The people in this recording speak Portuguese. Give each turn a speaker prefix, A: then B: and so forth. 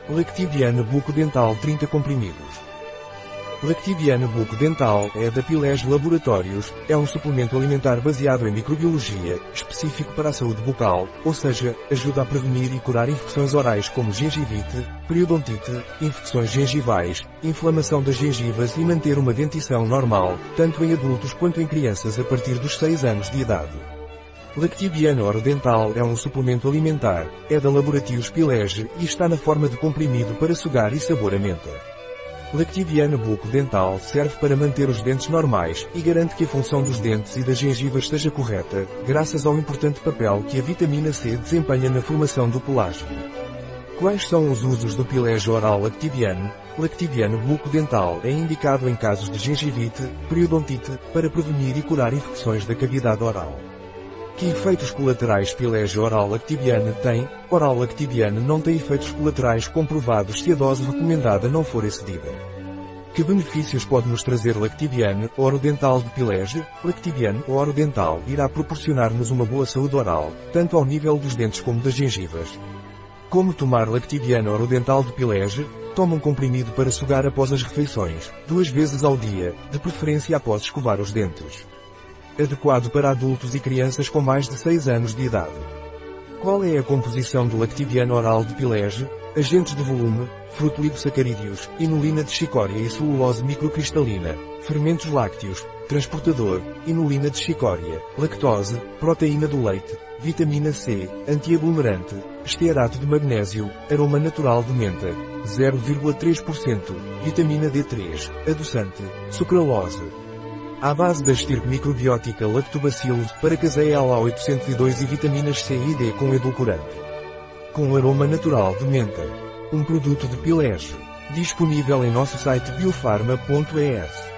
A: Lactibiana Bucodental 30 comprimidos. Lactibiana Bucodental é da Pilege Laboratórios, é um suplemento alimentar baseado em microbiologia, específico para a saúde bucal, ou seja, ajuda a prevenir e curar infecções orais como gengivite, periodontite, infecções gengivais, inflamação das gengivas e manter uma dentição normal, tanto em adultos quanto em crianças a partir dos 6 anos de idade. Lactibiana Orodental é um suplemento alimentar, é da Laboratórios Pilege e está na forma de comprimido para sugar e sabor a menta. Lactibiana Bucodental serve para manter os dentes normais e garante que a função dos dentes e das gengivas seja correta, graças ao importante papel que a vitamina C desempenha na formação do colágeno. Quais são os usos do Pilege Oral Lactibiana? Lactibiana Bucodental é indicado em casos de gengivite, periodontite, para prevenir e curar infecções da cavidade oral. Que efeitos colaterais Pilege Oral Lactibiana tem? Oral Lactibiana não tem efeitos colaterais comprovados se a dose recomendada não for excedida. Que benefícios pode nos trazer Lactibiana Orodental de Pilege? Lactibiana Orodental irá proporcionar-nos uma boa saúde oral, tanto ao nível dos dentes como das gengivas. Como tomar Lactibiana Orodental de Pilege? Toma um comprimido para sugar após as refeições, 2 vezes ao dia, de preferência após escovar os dentes. Adequado para adultos e crianças com mais de 6 anos de idade. Qual é a composição do Lactibiana Oral de Pilege? Agentes de volume, frutoligosacarídeos, inulina de chicória e celulose microcristalina, fermentos lácteos, transportador, inulina de chicória, lactose, proteína do leite, vitamina C, antiaglomerante, estearato de magnésio, aroma natural de menta, 0,3%, vitamina D3, adoçante, sucralose. À base da estirpe microbiótica Lactobacillus, Paracaseia ala 802 e vitaminas C e D com edulcorante. Com aroma natural de menta. Um produto de Pilege. Disponível em nosso site biofarma.es.